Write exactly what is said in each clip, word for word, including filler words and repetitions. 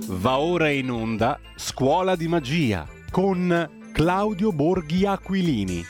Va ora in onda Scuola di Magia con Claudio Borghi Aquilini.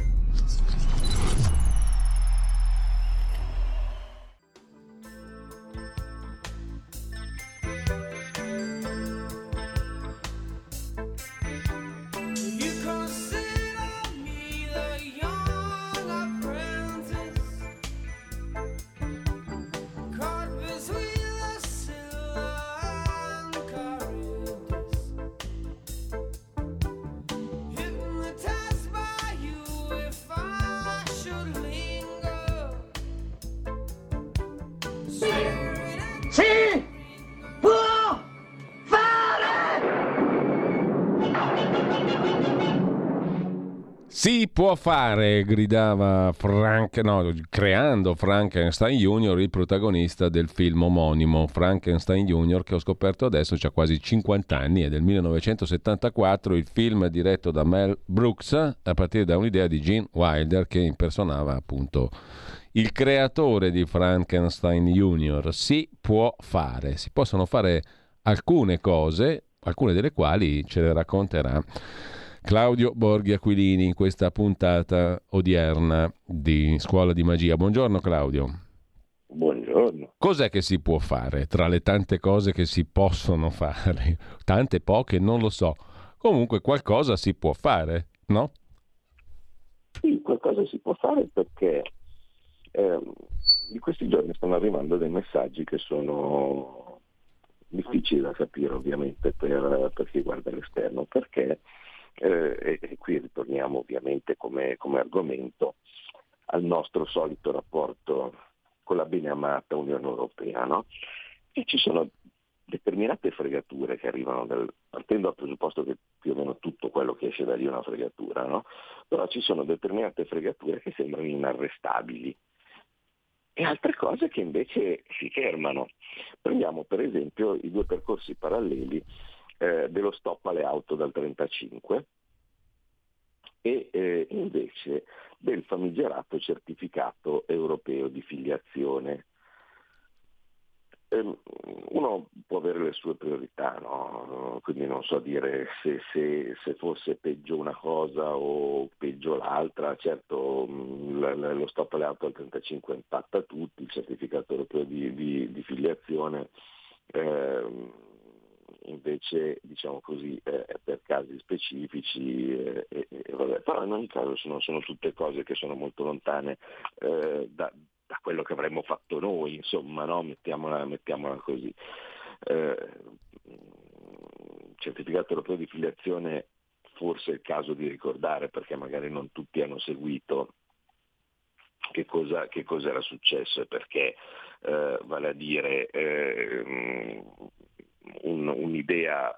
Si può fare, gridava Frank, no, creando Frankenstein Junior, il protagonista del film omonimo. Frankenstein Junior, che ho scoperto adesso, c'ha quasi cinquanta anni, è del millenovecentosettantaquattro, il film diretto da Mel Brooks, a partire da un'idea di Gene Wilder, che impersonava appunto il creatore di Frankenstein Junior. Si può fare, si possono fare alcune cose, alcune delle quali ce le racconterà Claudio Borghi Aquilini in questa puntata odierna di Scuola di Magia. Buongiorno Claudio. Buongiorno. Cos'è che si può fare tra le tante cose che si possono fare? Tante, poche, non lo so. Comunque qualcosa si può fare, no? Sì, qualcosa si può fare perché eh, di questi giorni stanno arrivando dei messaggi che sono difficili da capire ovviamente per, per chi guarda all'esterno, perché Eh, e, e qui ritorniamo ovviamente come, come argomento al nostro solito rapporto con la beneamata Unione Europea, no? E ci sono determinate fregature che arrivano dal, partendo dal presupposto che più o meno tutto quello che esce da lì è una fregatura, no? Però ci sono determinate fregature che sembrano inarrestabili e altre cose che invece si fermano. Prendiamo per esempio i due percorsi paralleli Eh, dello stop alle auto dal trentacinque e eh, invece del famigerato certificato europeo di filiazione. Eh, uno può avere le sue priorità, no? Quindi non so dire se, se, se fosse peggio una cosa o peggio l'altra. Certo, l, l, lo stop alle auto dal trentacinque impatta tutti, il certificato europeo di, di, di filiazione eh, invece, diciamo così, eh, per casi specifici, eh, eh, vabbè. Però in ogni caso sono, sono tutte cose che sono molto lontane eh, da, da quello che avremmo fatto noi, insomma, no? Mettiamola, mettiamola così. Eh, certificato europeo di filiazione, forse è il caso di ricordare, perché magari non tutti hanno seguito che cosa, che cosa era successo e perché, eh, vale a dire, eh, Un, un'idea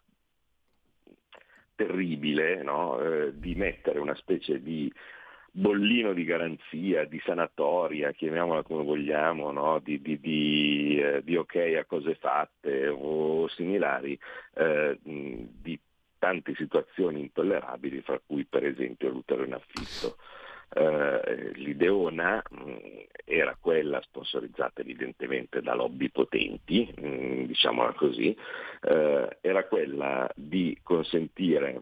terribile, no? eh, di mettere una specie di bollino di garanzia, di sanatoria, chiamiamola come vogliamo, no? di, di, di, eh, di ok a cose fatte o similari, eh, di tante situazioni intollerabili, fra cui per esempio l'utero in affitto. Uh, l'ideona mh, era quella sponsorizzata evidentemente da lobby potenti, mh, diciamola così, uh, era quella di consentire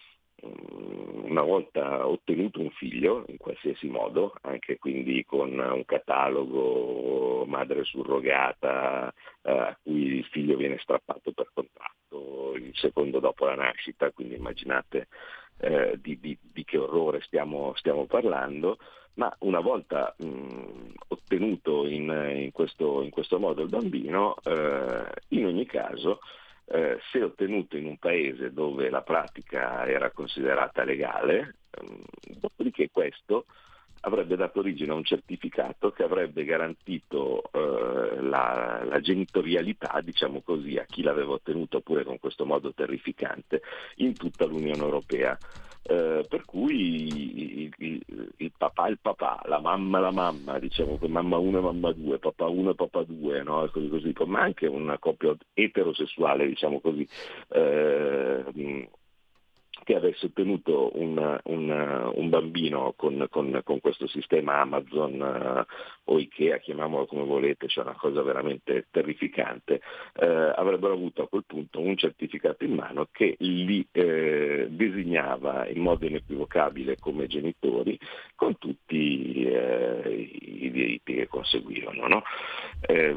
mh, una volta ottenuto un figlio in qualsiasi modo, anche quindi con un catalogo, madre surrogata uh, a cui il figlio viene strappato per contratto il secondo dopo la nascita, quindi immaginate Eh, di, di, di che orrore stiamo, stiamo parlando, ma una volta mh, ottenuto in, in, questo, in questo modo il bambino, eh, in ogni caso, eh, se ottenuto in un paese dove la pratica era considerata legale, mh, dopodiché questo avrebbe dato origine a un certificato che avrebbe garantito eh, la, la genitorialità, diciamo così, a chi l'aveva ottenuto pure con questo modo terrificante in tutta l'Unione Europea. Eh, per cui il, il, il papà il papà, la mamma la mamma, diciamo mamma uno e mamma due, papà uno e papà due, no? Così così, ma anche una coppia eterosessuale, diciamo così, eh, che avesse ottenuto un, un, un bambino con, con, con questo sistema Amazon uh, o Ikea, chiamiamolo come volete, cioè una cosa veramente terrificante, uh, avrebbero avuto a quel punto un certificato in mano che li eh, designava in modo inequivocabile come genitori, con tutti eh, i diritti che conseguivano. No? Eh,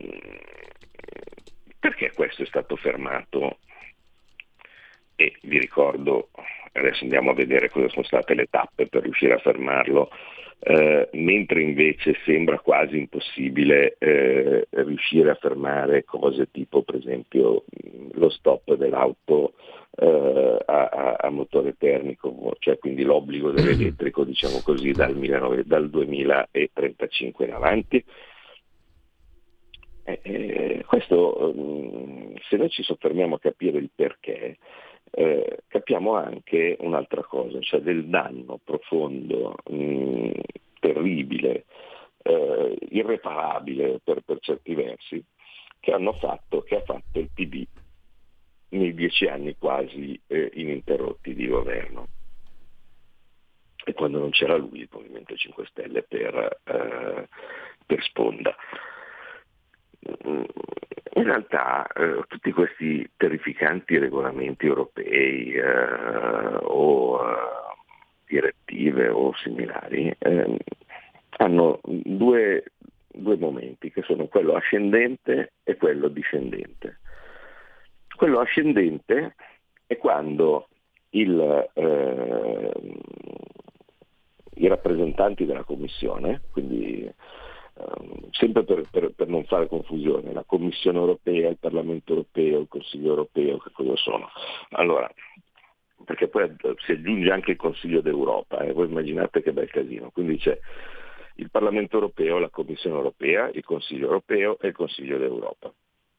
perché questo è stato fermato? E vi ricordo, adesso andiamo a vedere cosa sono state le tappe per riuscire a fermarlo, eh, mentre invece sembra quasi impossibile eh, riuscire a fermare cose tipo per esempio lo stop dell'auto eh, a, a, a motore termico, cioè quindi l'obbligo dell'elettrico, diciamo così, dal, millenovecento, dal duemilatrentacinque in avanti. Eh, eh, questo, se noi ci soffermiamo a capire il perché, eh, capiamo anche un'altra cosa, cioè del danno profondo, mh, terribile, eh, irreparabile per, per certi versi, che hanno fatto, che ha fatto il P D nei dieci anni quasi eh, ininterrotti di governo. E quando non c'era lui, il Movimento cinque Stelle per, eh, per sponda. In realtà eh, tutti questi terrificanti regolamenti europei eh, o eh, direttive o similari eh, hanno due, due momenti, che sono quello ascendente e quello discendente. Quello ascendente è quando il, eh, i rappresentanti della Commissione, quindi Uh, sempre per, per, per non fare confusione, la Commissione europea, il Parlamento europeo, il Consiglio europeo, che cosa sono? Allora, perché poi si aggiunge anche il Consiglio d'Europa, e eh? voi immaginate che bel casino, quindi c'è il Parlamento europeo, la Commissione europea, il Consiglio europeo e il Consiglio d'Europa.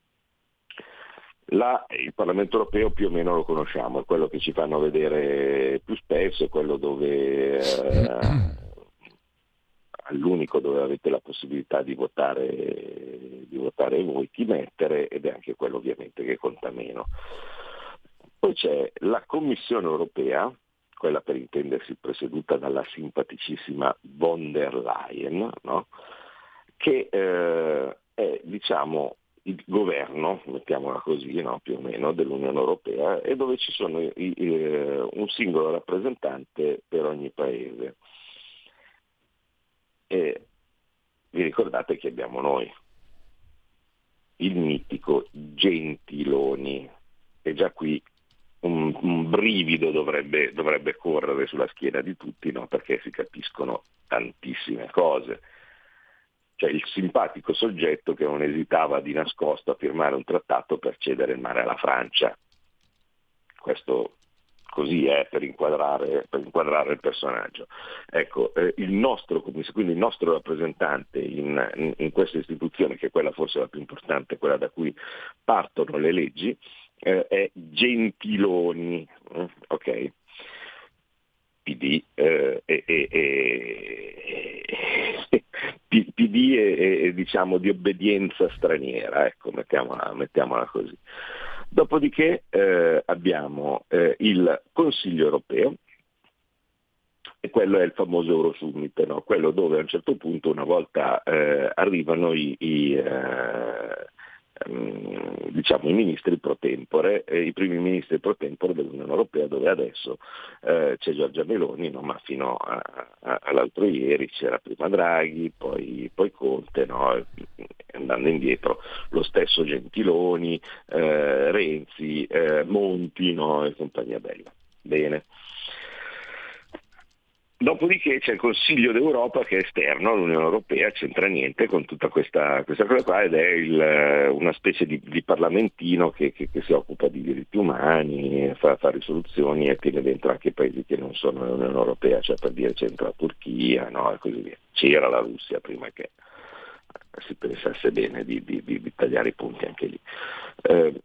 Là, il Parlamento europeo più o meno lo conosciamo, è quello che ci fanno vedere più spesso, è quello dove... Eh, all'unico dove avete la possibilità di votare, di votare voi chi mettere, ed è anche quello ovviamente che conta meno. Poi c'è la Commissione europea, quella per intendersi presieduta dalla simpaticissima von der Leyen, no? Che eh, è diciamo il governo, mettiamola così, no? Più o meno, dell'Unione Europea, e dove ci sono i, i, un singolo rappresentante per ogni paese. E vi ricordate che abbiamo noi il mitico Gentiloni, e già qui un, un brivido dovrebbe, dovrebbe correre sulla schiena di tutti, no? Perché si capiscono tantissime cose. Cioè il simpatico soggetto che non esitava di nascosto a firmare un trattato per cedere il mare alla Francia. Questo così è per inquadrare, per inquadrare il personaggio. Ecco, eh, il nostro, quindi il nostro rappresentante in, in, in questa istituzione, che è quella forse la più importante, quella da cui partono le leggi, eh, è Gentiloni, eh, ok? P D eh, e, e, e, e P D e, e diciamo di obbedienza straniera, ecco, mettiamola, mettiamola così. Dopodiché eh, abbiamo eh, il Consiglio europeo, e quello è il famoso Eurosummit, no? Quello dove a un certo punto, una volta eh, arrivano i, i, eh, ehm, diciamo, i ministri pro tempore, eh, i primi ministri pro tempore dell'Unione Europea, dove adesso eh, c'è Giorgia Meloni, no? Ma fino a, a, all'altro ieri c'era prima Draghi, poi, poi Conte, no? Andando indietro lo stesso Gentiloni, eh, Renzi, eh, Monti, no? E compagnia bella. Bene. Dopodiché c'è il Consiglio d'Europa che è esterno all'Unione Europea, c'entra niente con tutta questa, questa cosa qua, ed è il, una specie di, di parlamentino che, che, che si occupa di diritti umani, fa, fa risoluzioni e tiene dentro anche i paesi che non sono nell'Unione Europea, cioè per dire c'entra la Turchia, no? E così via. C'era la Russia prima che si pensasse bene di, di, di, di tagliare i punti anche lì. Eh,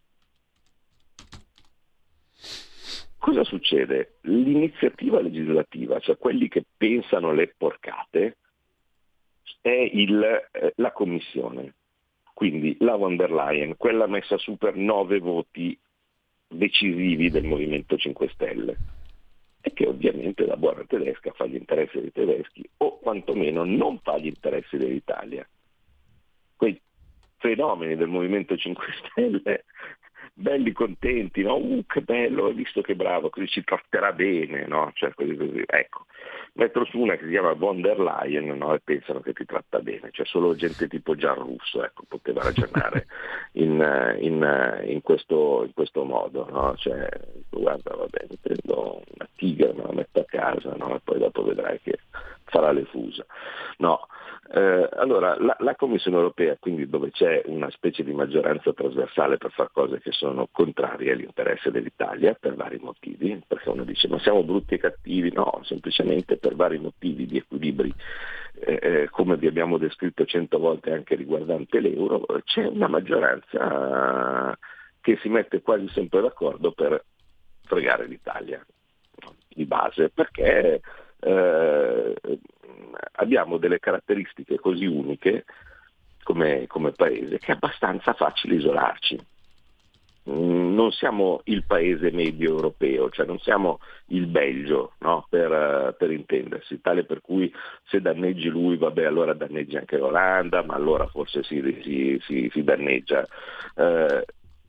Cosa succede? L'iniziativa legislativa, cioè quelli che pensano le porcate, è il, eh, la Commissione, quindi la von der Leyen, quella messa su per nove voti decisivi del Movimento cinque Stelle, e che ovviamente da buona tedesca fa gli interessi dei tedeschi, o quantomeno non fa gli interessi dell'Italia. Quei fenomeni del Movimento cinque Stelle, belli contenti, no? Uh, che bello, hai visto che bravo, così ci tratterà bene, no? Cioè, così, così. Ecco, mettono su una che si chiama von der Leyen, no? E pensano che ti tratta bene, cioè solo gente tipo Gianrusso, ecco, poteva ragionare in, in, in, questo, in questo modo, no? Cioè, guarda, va bene, prendo una tigre, me la metto a casa, no? E poi dopo vedrai che farà le fusa. No. Eh, allora, la, la Commissione europea, quindi dove c'è una specie di maggioranza trasversale per fare cose che sono contrarie all'interesse dell'Italia per vari motivi, perché uno dice ma siamo brutti e cattivi, no, semplicemente per vari motivi di equilibri, eh, eh, come vi abbiamo descritto cento volte anche riguardante l'euro, c'è una maggioranza che si mette quasi sempre d'accordo per fregare l'Italia, di base, perché eh, abbiamo delle caratteristiche così uniche come, come paese che è abbastanza facile isolarci. Non siamo il paese medio europeo, cioè non siamo il Belgio, no? per, per intendersi, tale per cui se danneggi lui, vabbè, allora danneggi anche l'Olanda, ma allora forse si, si, si, si danneggia eh,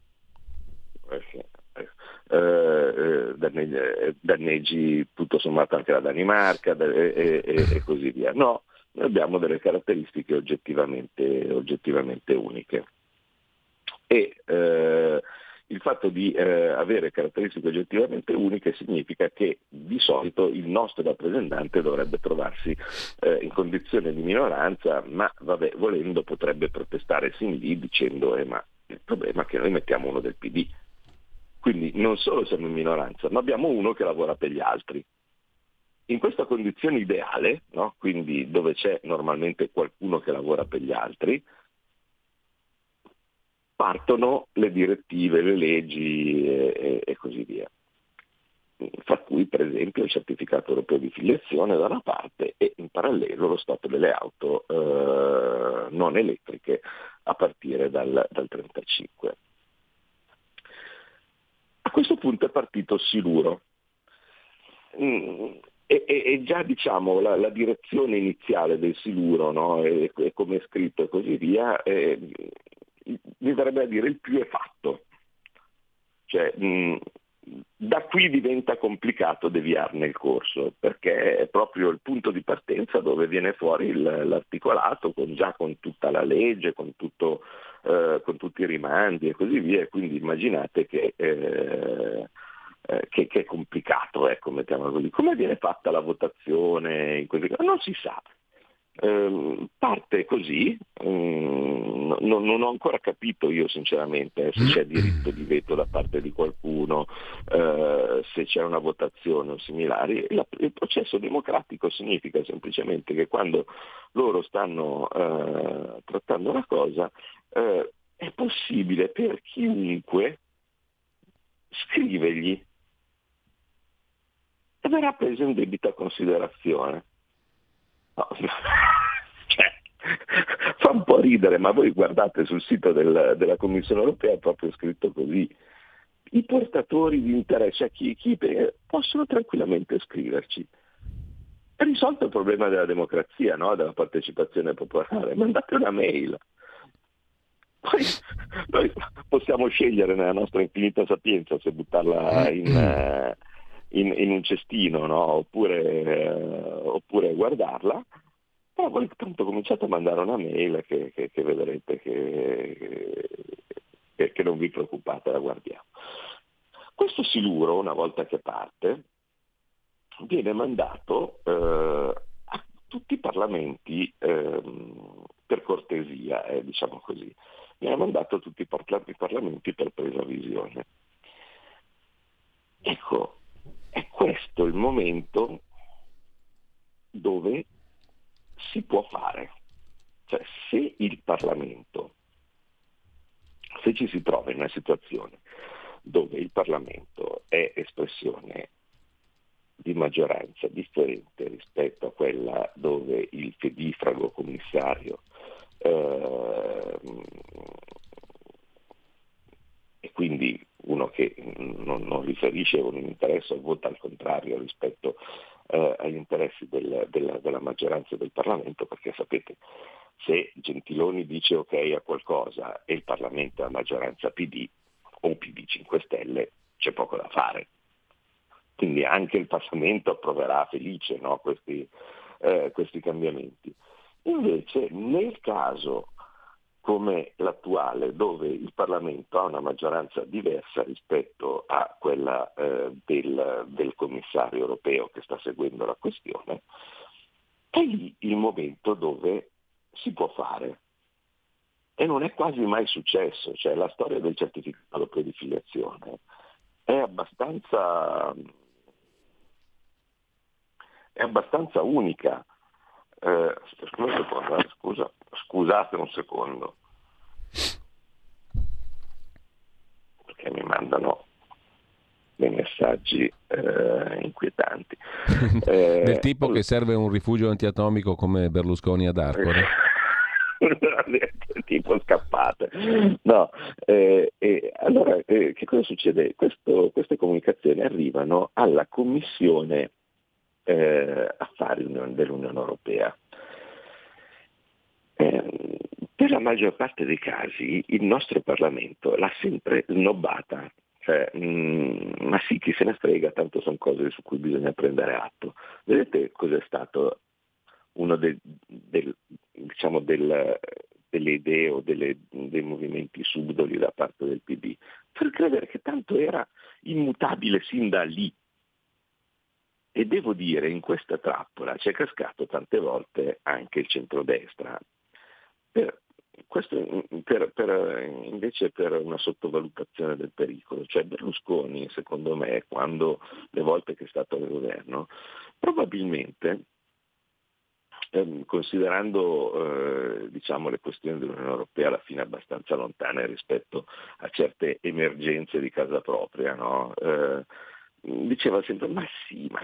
eh, danneggi, danneggi tutto sommato anche la Danimarca e, e, e così via. No, noi abbiamo delle caratteristiche oggettivamente, oggettivamente uniche. E eh, il fatto di eh, avere caratteristiche oggettivamente uniche significa che di solito il nostro rappresentante dovrebbe trovarsi eh, in condizione di minoranza, ma vabbè, volendo potrebbe protestare sin lì dicendo eh, ma il problema è che noi mettiamo uno del P D. Quindi non solo siamo in minoranza, ma abbiamo uno che lavora per gli altri. In questa condizione ideale, no? Quindi dove c'è normalmente qualcuno che lavora per gli altri, partono le direttive, le leggi e, e, e così via. Fra cui per esempio il certificato europeo di filiazione da una parte e in parallelo lo stop delle auto eh, non elettriche a partire dal, dal trentacinque. A questo punto è partito il siluro. Mm. E, e, e già diciamo la, la direzione iniziale del siluro, no? e, e come è scritto e così via, eh, mi verrebbe a dire il più è fatto. Cioè, mh, da qui diventa complicato deviarne il corso, perché è proprio il punto di partenza dove viene fuori il, l'articolato, con, già con tutta la legge, con, tutto, eh, con tutti i rimandi e così via, e quindi immaginate che... Eh, Eh, che, che è complicato, ecco, mettiamola così. Come viene fatta la votazione in questi casi? Non si sa. Eh, parte così, um, no, non ho ancora capito io sinceramente eh, se c'è diritto di veto da parte di qualcuno, eh, se c'è una votazione o similari. La, il processo democratico significa semplicemente che quando loro stanno eh, trattando una cosa, eh, è possibile per chiunque scrivergli e verrà preso in debita considerazione. No. Cioè, fa un po' ridere, ma voi guardate sul sito del, della Commissione europea, è proprio scritto così. I portatori di interesse, chi, chi possono tranquillamente scriverci. È risolto il problema della democrazia, no? Della partecipazione popolare. Mandate una mail. Poi noi possiamo scegliere nella nostra infinita sapienza se buttarla in... In, in un cestino, no? oppure, eh, oppure guardarla, però voi tanto cominciate a mandare una mail che, che, che vedrete che, che, che non vi preoccupate, la guardiamo. Questo siluro, una volta che parte, viene mandato eh, a tutti i parlamenti, eh, per cortesia, eh, diciamo così, viene mandato a tutti i parlamenti per presa visione. Ecco, è questo il momento dove si può fare. Cioè, se il Parlamento, se ci si trova in una situazione dove il Parlamento è espressione di maggioranza differente rispetto a quella dove il fedifrago commissario eh, e quindi uno uno che non, non riferisce un interesse o vota al contrario rispetto eh, agli interessi del, del, della maggioranza del Parlamento, perché sapete, se Gentiloni dice ok a qualcosa e il Parlamento è a maggioranza P D o P D cinque Stelle, c'è poco da fare. Quindi anche il Parlamento approverà felice, no, questi, eh, questi cambiamenti. Invece nel caso come l'attuale, dove il Parlamento ha una maggioranza diversa rispetto a quella eh, del, del commissario europeo che sta seguendo la questione, è lì il momento dove si può fare. E non è quasi mai successo, cioè la storia del certificato di filiazione è abbastanza, è abbastanza unica. Eh, scusa, un secondo, eh, scusa, scusate un secondo, perché mi mandano dei messaggi eh, inquietanti. Eh, Del tipo allora, che serve un rifugio antiatomico come Berlusconi ad Arcore. Tipo scappate. No, eh, eh, allora eh, che cosa succede? Questo, queste comunicazioni arrivano alla Commissione eh, Affari dell'Unione Europea. Eh, per la maggior parte dei casi il nostro Parlamento l'ha sempre snobbata. Cioè, mh, ma sì, chi se ne frega, tanto sono cose su cui bisogna prendere atto. Vedete cos'è stato uno del, del, diciamo del, delle idee o delle, dei movimenti subdoli da parte del P D? Per credere che tanto era immutabile sin da lì. E devo dire, in questa trappola c'è cascato tante volte anche il centrodestra. Per, questo per, per, invece per una sottovalutazione del pericolo. Cioè Berlusconi, secondo me, quando le volte che è stato al governo, probabilmente, ehm, considerando eh, diciamo le questioni dell'Unione Europea alla fine abbastanza lontane rispetto a certe emergenze di casa propria, no? eh, diceva sempre ma sì, ma,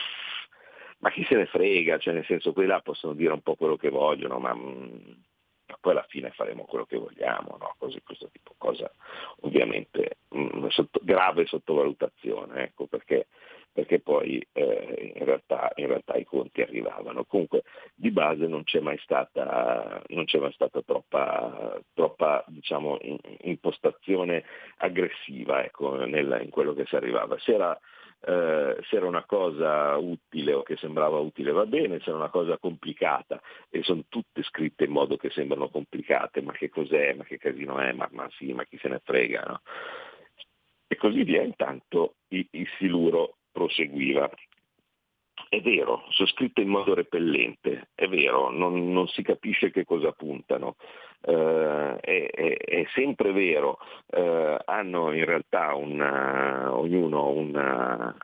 ma chi se ne frega, cioè nel senso quelli là possono dire un po' quello che vogliono, ma ma poi alla fine faremo quello che vogliamo, no? Così, questo tipo di cosa, ovviamente mh, sotto, grave sottovalutazione, ecco, perché, perché poi eh, in, realtà, in realtà i conti arrivavano. Comunque di base non c'è mai stata, non c'è mai stata troppa, troppa diciamo, in, impostazione aggressiva, ecco, nel, in quello che si arrivava. Si era, Eh, se era una cosa utile o che sembrava utile va bene, se era una cosa complicata e sono tutte scritte in modo che sembrano complicate, ma che cos'è, ma che casino è, ma, ma sì, ma chi se ne frega, no? E così via. Intanto il, il siluro proseguiva. È vero, sono scritte in modo repellente, è vero, non, non si capisce che cosa puntano, eh, è, è, è sempre vero, eh, hanno in realtà una, ognuno una,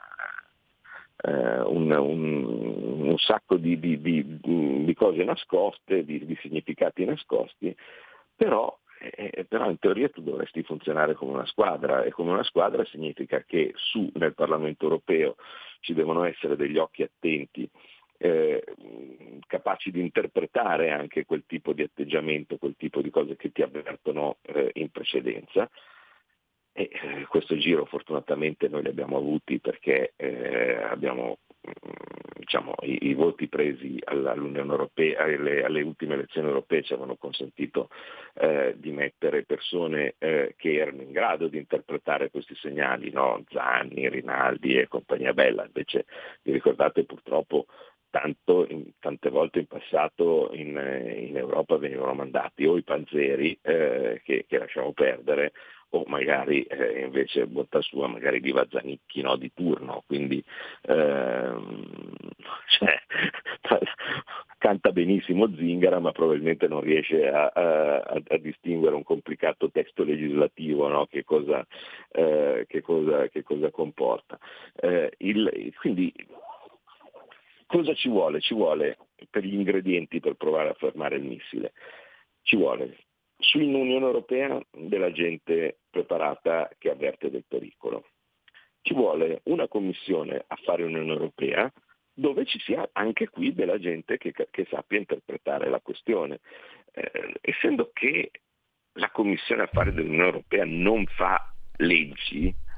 eh, un, un, un sacco di, di, di, di cose nascoste, di, di significati nascosti, però Eh, però in teoria tu dovresti funzionare come una squadra, e come una squadra significa che su nel Parlamento europeo ci devono essere degli occhi attenti, eh, capaci di interpretare anche quel tipo di atteggiamento, quel tipo di cose che ti avvertono eh, in precedenza. E eh, questo giro fortunatamente noi li abbiamo avuti perché eh, abbiamo diciamo, i, i voti presi all'Unione Europea, alle, alle ultime elezioni europee ci avevano consentito eh, di mettere persone eh, che erano in grado di interpretare questi segnali, no? Zanni, Rinaldi e compagnia bella. Invece vi ricordate purtroppo tanto, in, tante volte in passato in, in Europa venivano mandati o i panzeri eh, che, che lasciamo perdere, o magari eh, invece bontà sua magari viva Zanicchi, no, di turno, quindi ehm, cioè, canta benissimo Zingara ma probabilmente non riesce a, a, a distinguere un complicato testo legislativo, no, che, cosa, eh, che, cosa, che cosa comporta. Eh, il, quindi cosa ci vuole? Ci vuole per gli ingredienti per provare a fermare il missile, ci vuole sull'Unione Europea della gente preparata che avverte del pericolo. Ci vuole una commissione affari Unione Europea dove ci sia anche qui della gente che, che sappia interpretare la questione. Eh, essendo che la commissione affari dell'Unione Europea non fa leggi,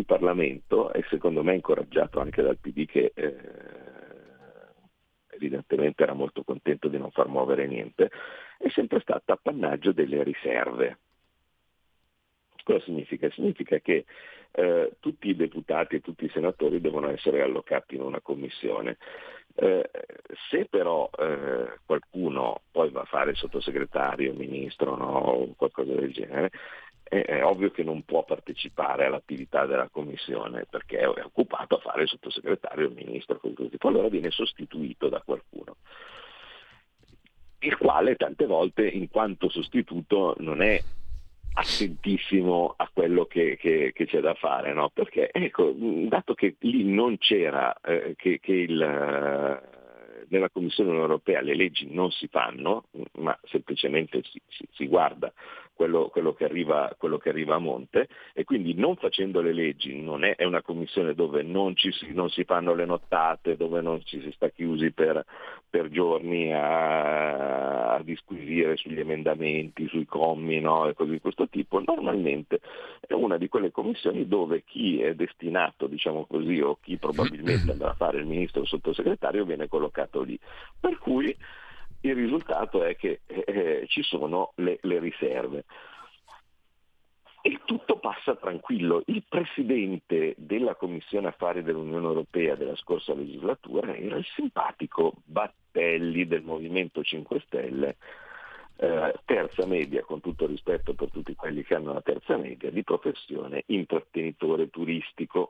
Parlamento, e secondo me incoraggiato anche dal P D che eh, evidentemente era molto contento di non far muovere niente, è sempre stata appannaggio delle riserve. Cosa significa? Significa che eh, tutti i deputati e tutti i senatori devono essere allocati in una commissione. Eh, se però eh, qualcuno poi va a fare il sottosegretario, il ministro, no, o qualcosa del genere, è, è ovvio che non può partecipare all'attività della commissione perché è occupato a fare il sottosegretario, il ministro, così così. Poi allora viene sostituito da qualcuno, il quale tante volte in quanto sostituto non è attentissimo a quello che, che, che c'è da fare, no? Perché ecco, dato che lì non c'era eh, che, che il, eh, nella Commissione europea le leggi non si fanno, ma semplicemente si, si, si guarda quello, quello, che arriva, quello che arriva a monte, e quindi non facendo le leggi non è, è una commissione dove non, ci si, non si fanno le nottate, dove non ci si sta chiusi per, per giorni a, a disquisire sugli emendamenti, sui commi, no? E cose di questo tipo. Normalmente è una di quelle commissioni dove chi è destinato, diciamo così, o chi probabilmente andrà a fare il ministro o il sottosegretario viene collocato lì. Per cui il risultato è che eh, ci sono le, le riserve. E tutto passa tranquillo. Il presidente della Commissione Affari dell'Unione Europea della scorsa legislatura era il simpatico Battelli del Movimento cinque Stelle, eh, terza media, con tutto il rispetto per tutti quelli che hanno la terza media, di professione intrattenitore turistico.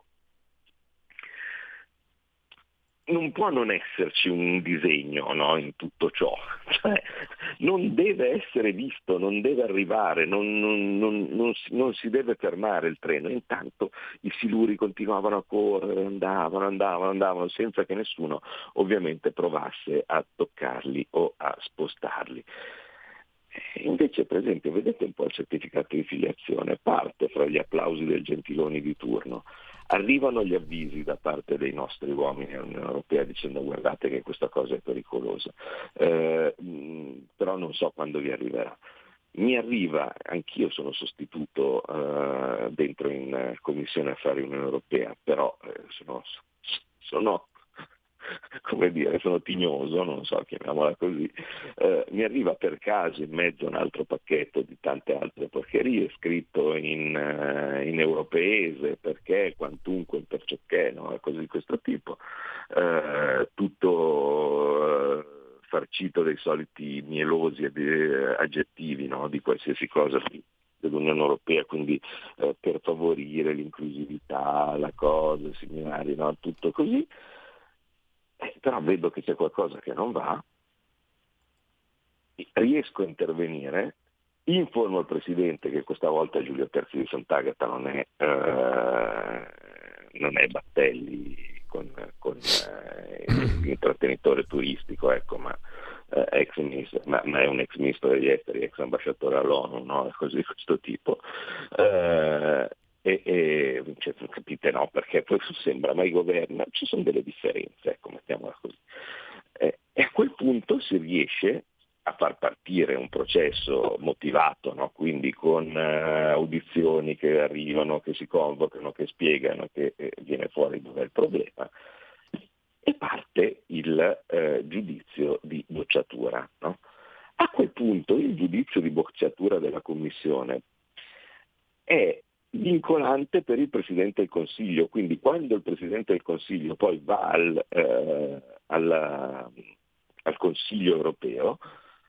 Non può non esserci un disegno, no, in tutto ciò, cioè, non deve essere visto, non deve arrivare, non, non, non, non, si, non si deve fermare il treno. Intanto i siluri continuavano a correre, andavano, andavano, andavano, senza che nessuno ovviamente provasse a toccarli o a spostarli. Invece, per esempio, vedete un po' il certificato di filiazione, parte fra gli applausi del Gentiloni di turno. Arrivano gli avvisi da parte dei nostri uomini dell'Unione Europea dicendo guardate che questa cosa è pericolosa, eh, mh, però non so quando vi arriverà. Mi arriva, anch'io sono sostituto eh, dentro in eh, Commissione Affari Unione Europea, però eh, sono, sono come dire, sono tignoso, non so, chiamiamola così, eh, mi arriva per caso in mezzo a un altro pacchetto di tante altre porcherie, scritto in, uh, in europeese, perché, quantunque, perciò che, no? Cose di questo tipo, eh, tutto eh, farcito dei soliti mielosi eh, aggettivi, no? Di qualsiasi cosa dell'Unione Europea, quindi eh, per favorire l'inclusività, la cosa, similari, no? Tutto così. Eh, però vedo che c'è qualcosa che non va, riesco a intervenire, informo il Presidente che questa volta Giulio Terzi di Sant'Agata non è, eh, non è Battelli con, con eh, l'intrattenitore turistico, ecco, ma, eh, ex ministro, ma, ma è un ex ministro degli esteri, ex ambasciatore all'ONU, no? Così di questo tipo. Eh, E, e cioè, capite, no? Perché poi sembra mai governa, ci sono delle differenze, ecco, mettiamola così. Eh, e a quel punto si riesce a far partire un processo motivato, no? Quindi con uh, audizioni che arrivano, che si convocano, che spiegano, che eh, viene fuori dov'è il problema, e parte il eh, giudizio di bocciatura, no? A quel punto il giudizio di bocciatura della Commissione è vincolante per il Presidente del Consiglio, quindi quando il Presidente del Consiglio poi va al, eh, alla, al Consiglio europeo,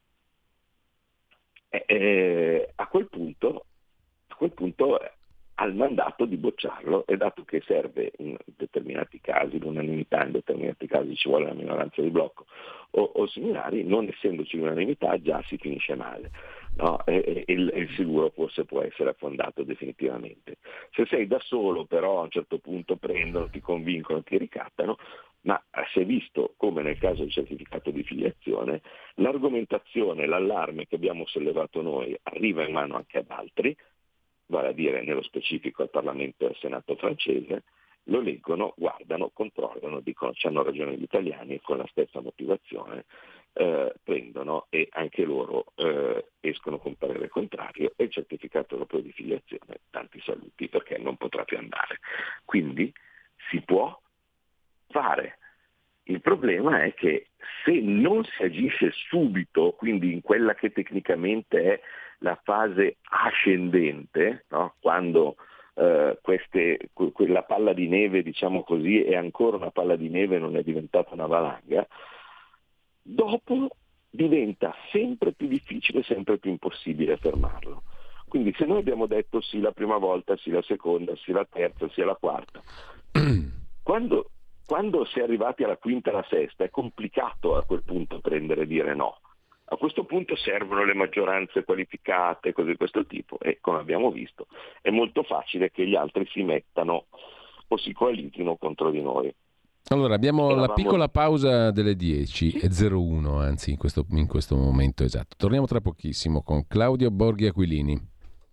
eh, a quel punto, a quel punto ha il mandato di bocciarlo, e dato che serve in determinati casi l'unanimità, in determinati casi ci vuole la minoranza di blocco o, o similari, non essendoci l'unanimità già si finisce male. No? E, e, il, e il siluro forse può essere affondato definitivamente. Se sei da solo però a un certo punto prendono, ti convincono, ti ricattano, ma si è visto come nel caso del certificato di filiazione l'argomentazione, l'allarme che abbiamo sollevato noi arriva in mano anche ad altri, vale a dire nello specifico al Parlamento e al Senato francese, lo leggono, guardano, controllano, dicono ci hanno ragione gli italiani, e con la stessa motivazione eh, prendono e anche loro eh, escono con parere contrario e il certificato europeo di filiazione, tanti saluti, perché non potrà più andare. Quindi si può fare. Il problema è che se non si agisce subito, quindi in quella che tecnicamente è la fase ascendente, no? Quando eh, queste, quella palla di neve, diciamo così, è ancora una palla di neve, non è diventata una valanga, dopo diventa sempre più difficile, sempre più impossibile fermarlo. Quindi se noi abbiamo detto sì la prima volta, sì la seconda, sì la terza, sì la quarta, quando, quando si è arrivati alla quinta e alla sesta è complicato a quel punto prendere e dire no. A questo punto servono le maggioranze qualificate, cose di questo tipo, e come abbiamo visto è molto facile che gli altri si mettano o si coalizino contro di noi. Allora, abbiamo Eravamo... la piccola pausa delle dieci e zero uno, anzi in questo, in questo momento esatto. Torniamo tra pochissimo con Claudio Borghi Aquilini.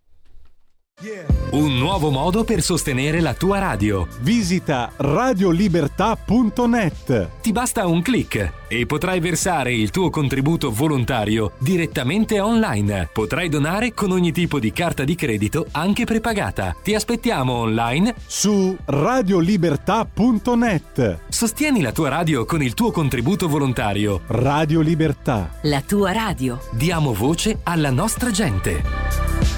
Un nuovo modo per sostenere la tua radio. Visita radiolibertà punto net. Ti basta un click e potrai versare il tuo contributo volontario direttamente online. Potrai donare con ogni tipo di carta di credito, anche prepagata. Ti aspettiamo online su radiolibertà punto net. Sostieni la tua radio con il tuo contributo volontario. Radio Libertà. La tua radio. Diamo voce alla nostra gente.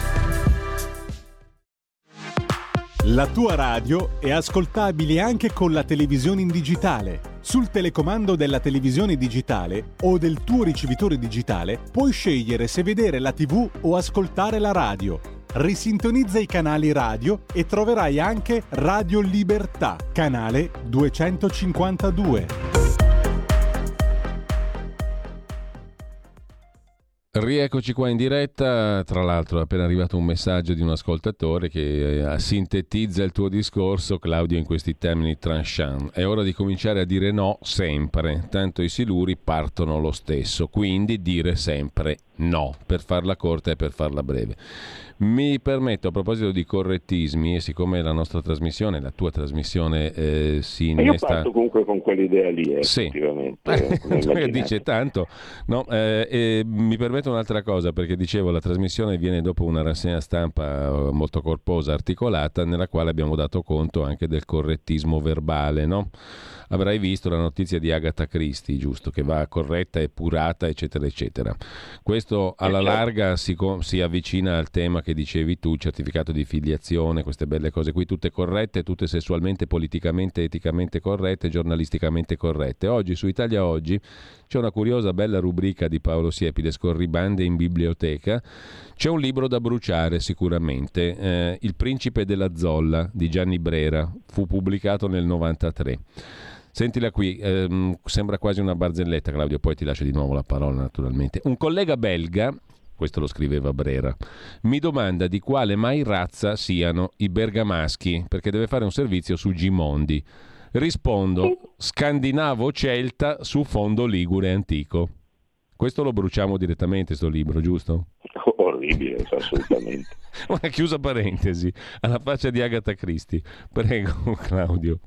La tua radio è ascoltabile anche con la televisione in digitale. Sul telecomando della televisione digitale o del tuo ricevitore digitale puoi scegliere se vedere la tivù o ascoltare la radio. Risintonizza i canali radio e troverai anche Radio Libertà, canale duecentocinquantadue. Rieccoci qua in diretta, tra l'altro è appena arrivato un messaggio di un ascoltatore che eh, sintetizza il tuo discorso, Claudio, in questi termini tranchant. È ora di cominciare a dire no sempre, tanto i siluri partono lo stesso, quindi dire sempre no, per farla corta e per farla breve. Mi permetto, a proposito di correttismi, e siccome la nostra trasmissione, la tua trasmissione eh, si innesta... Io parto comunque con quell'idea lì, eh, sì. effettivamente. Dice tanto. No, eh, eh, mi permetto un'altra cosa, perché dicevo, la trasmissione viene dopo una rassegna stampa molto corposa, articolata, nella quale abbiamo dato conto anche del correttismo verbale, no? Avrai visto la notizia di Agatha Christie, giusto, che va corretta, epurata, eccetera, eccetera. Questo alla larga si, si avvicina al tema che dicevi tu, certificato di filiazione, queste belle cose qui, tutte corrette, tutte sessualmente, politicamente, eticamente corrette, giornalisticamente corrette. Oggi su Italia Oggi c'è una curiosa bella rubrica di Paolo Siepide, Scorribande in biblioteca. C'è un libro da bruciare sicuramente, eh, Il principe della zolla di Gianni Brera, fu pubblicato nel novantatré. Sentila qui, ehm, sembra quasi una barzelletta, Claudio, poi ti lascio di nuovo la parola naturalmente. Un collega belga, questo lo scriveva Brera, mi domanda di quale mai razza siano i bergamaschi, perché deve fare un servizio su Gimondi. Rispondo, scandinavo-celta su fondo ligure antico. Questo lo bruciamo direttamente, sto libro, giusto? Orribile, assolutamente. Una chiusa parentesi, alla faccia di Agatha Christie. Prego, Claudio.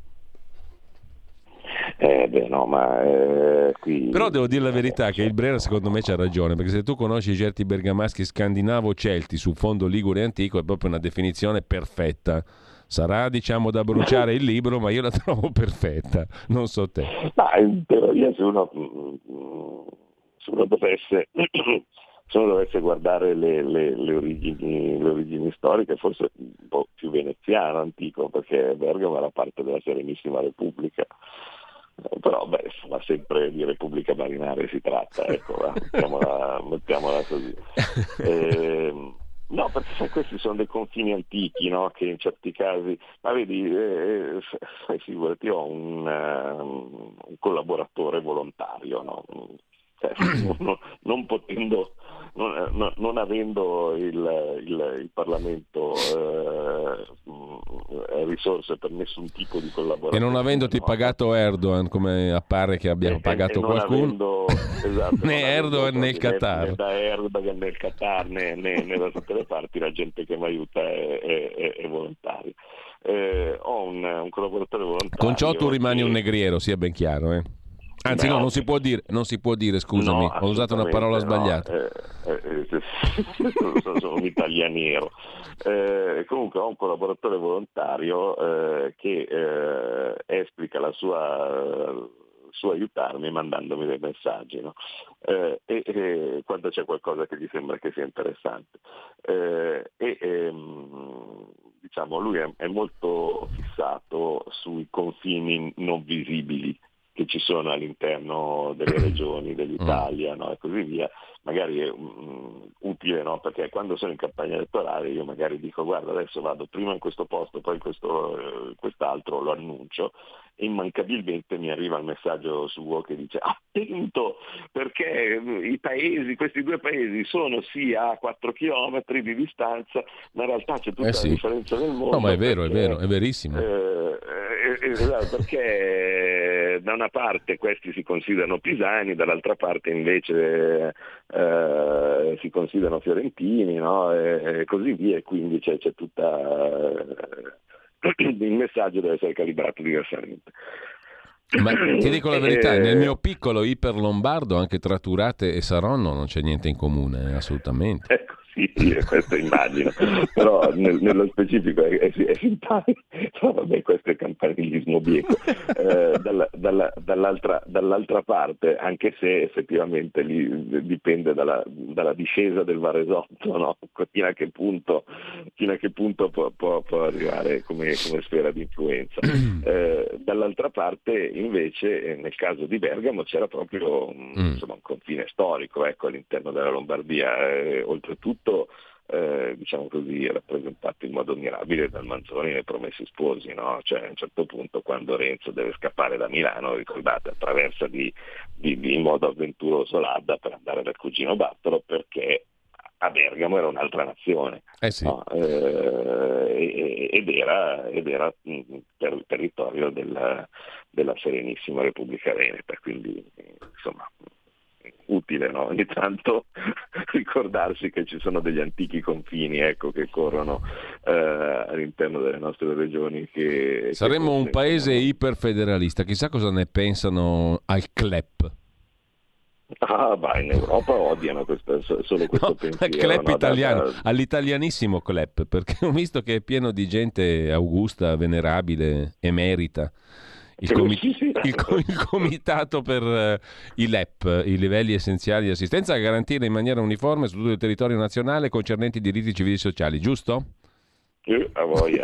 Eh beh no, ma eh, qui... Però devo dire la verità che il Brera secondo me c'ha ragione, perché se tu conosci certi bergamaschi scandinavo-celti su fondo ligure antico è proprio una definizione perfetta. Sarà, diciamo, da bruciare il libro, ma io la trovo perfetta, non so te. Ma in teoria se uno, se uno dovesse... se uno dovesse guardare le, le, le, origini, le origini storiche, forse un po' più veneziano, antico, perché Bergamo era parte della Serenissima Repubblica. Però beh, insomma, sempre di Repubblica Marinare si tratta, ecco, va, mettiamola, mettiamola così. Eh, no, perché sai, questi sono dei confini antichi, no? Che in certi casi, ma vedi, eh, figurati, io ho un, uh, un collaboratore volontario, no? Cioè, non, non potendo, non, non, non avendo il, il, il Parlamento eh, risorse per nessun tipo di collaborazione, e non avendoti no? pagato Erdogan, come appare che abbia e, pagato e qualcuno, avendo, esatto, né Erdogan né il Qatar, né da Erdogan né il Qatar né, né, né da tutte le parti, la gente che mi aiuta è, è, è, è volontaria. Eh, ho un, un collaboratore volontario. con ciò tu rimani che... un negriero, sia ben chiaro, eh? Anzi no, non si può dire, non si può dire, scusami, no, ho usato una parola sbagliata. No, eh, eh, sono, sono un italianiero. Eh, comunque ho un collaboratore volontario eh, che eh, esplica la sua su aiutarmi mandandomi dei messaggi, no? eh, e, e quando c'è qualcosa che gli sembra che sia interessante. Eh, e ehm, diciamo lui è, è molto fissato sui confini non visibili che ci sono all'interno delle regioni dell'Italia, no? E così via. Magari è um, utile, no? Perché quando sono in campagna elettorale io magari dico guarda adesso vado prima in questo posto, poi in questo, eh, quest'altro, lo annuncio e immancabilmente mi arriva il messaggio suo che dice attento perché i paesi, questi due paesi sono sì a quattro chilometri di distanza, ma in realtà c'è tutta eh sì. la differenza nel mondo. No, ma è vero, perché, è vero, è verissimo. Eh, eh, esatto, perché da una parte questi si considerano pisani, dall'altra parte invece eh, si considerano fiorentini, no? E, e così via, e quindi c'è, c'è tutta eh, il messaggio deve essere calibrato diversamente. Ma ti dico la verità, nel mio piccolo iperlombardo anche tra Turate e Saronno non c'è niente in comune, assolutamente. Ecco, sì, questo immagino, però nel, nello specifico è, è, è simpatico, no, vabbè, questo è campanilismo bieco. Eh, dalla, dalla, dall'altra, dall'altra parte, anche se effettivamente lì dipende dalla, dalla discesa del Varesotto, no? Fino a che punto, fino a che punto può, può, può arrivare come, come sfera di influenza. Eh, dall'altra parte invece nel caso di Bergamo c'era proprio mm. insomma, un confine storico, ecco, all'interno della Lombardia, eh, oltretutto Eh, diciamo così rappresentato in modo mirabile dal Manzoni nei Promessi Sposi, no? Cioè a un certo punto quando Renzo deve scappare da Milano, ricordate, attraversa di, di, di in modo avventuroso l'Adda per andare dal cugino Bartolo perché a Bergamo era un'altra nazione, eh sì. no? eh, ed era, ed era per il territorio della, della Serenissima Repubblica Veneta, quindi insomma utile, no? Ogni tanto ricordarsi che ci sono degli antichi confini, ecco, che corrono eh, all'interno delle nostre regioni. Che, Saremmo che un paese iperfederalista, chissà cosa ne pensano al C L E P. Ah, vai, in Europa odiano questo, solo questo no, pensiero. Al C L E P no, italiano, da, da... all'italianissimo C L E P, perché ho visto che è pieno di gente augusta, venerabile, emerita. Il, comi- il, co- il comitato per uh, i L E P, i livelli essenziali di assistenza, a garantire in maniera uniforme su tutto il territorio nazionale concernenti i diritti civili e sociali, giusto? Eh, a voglia,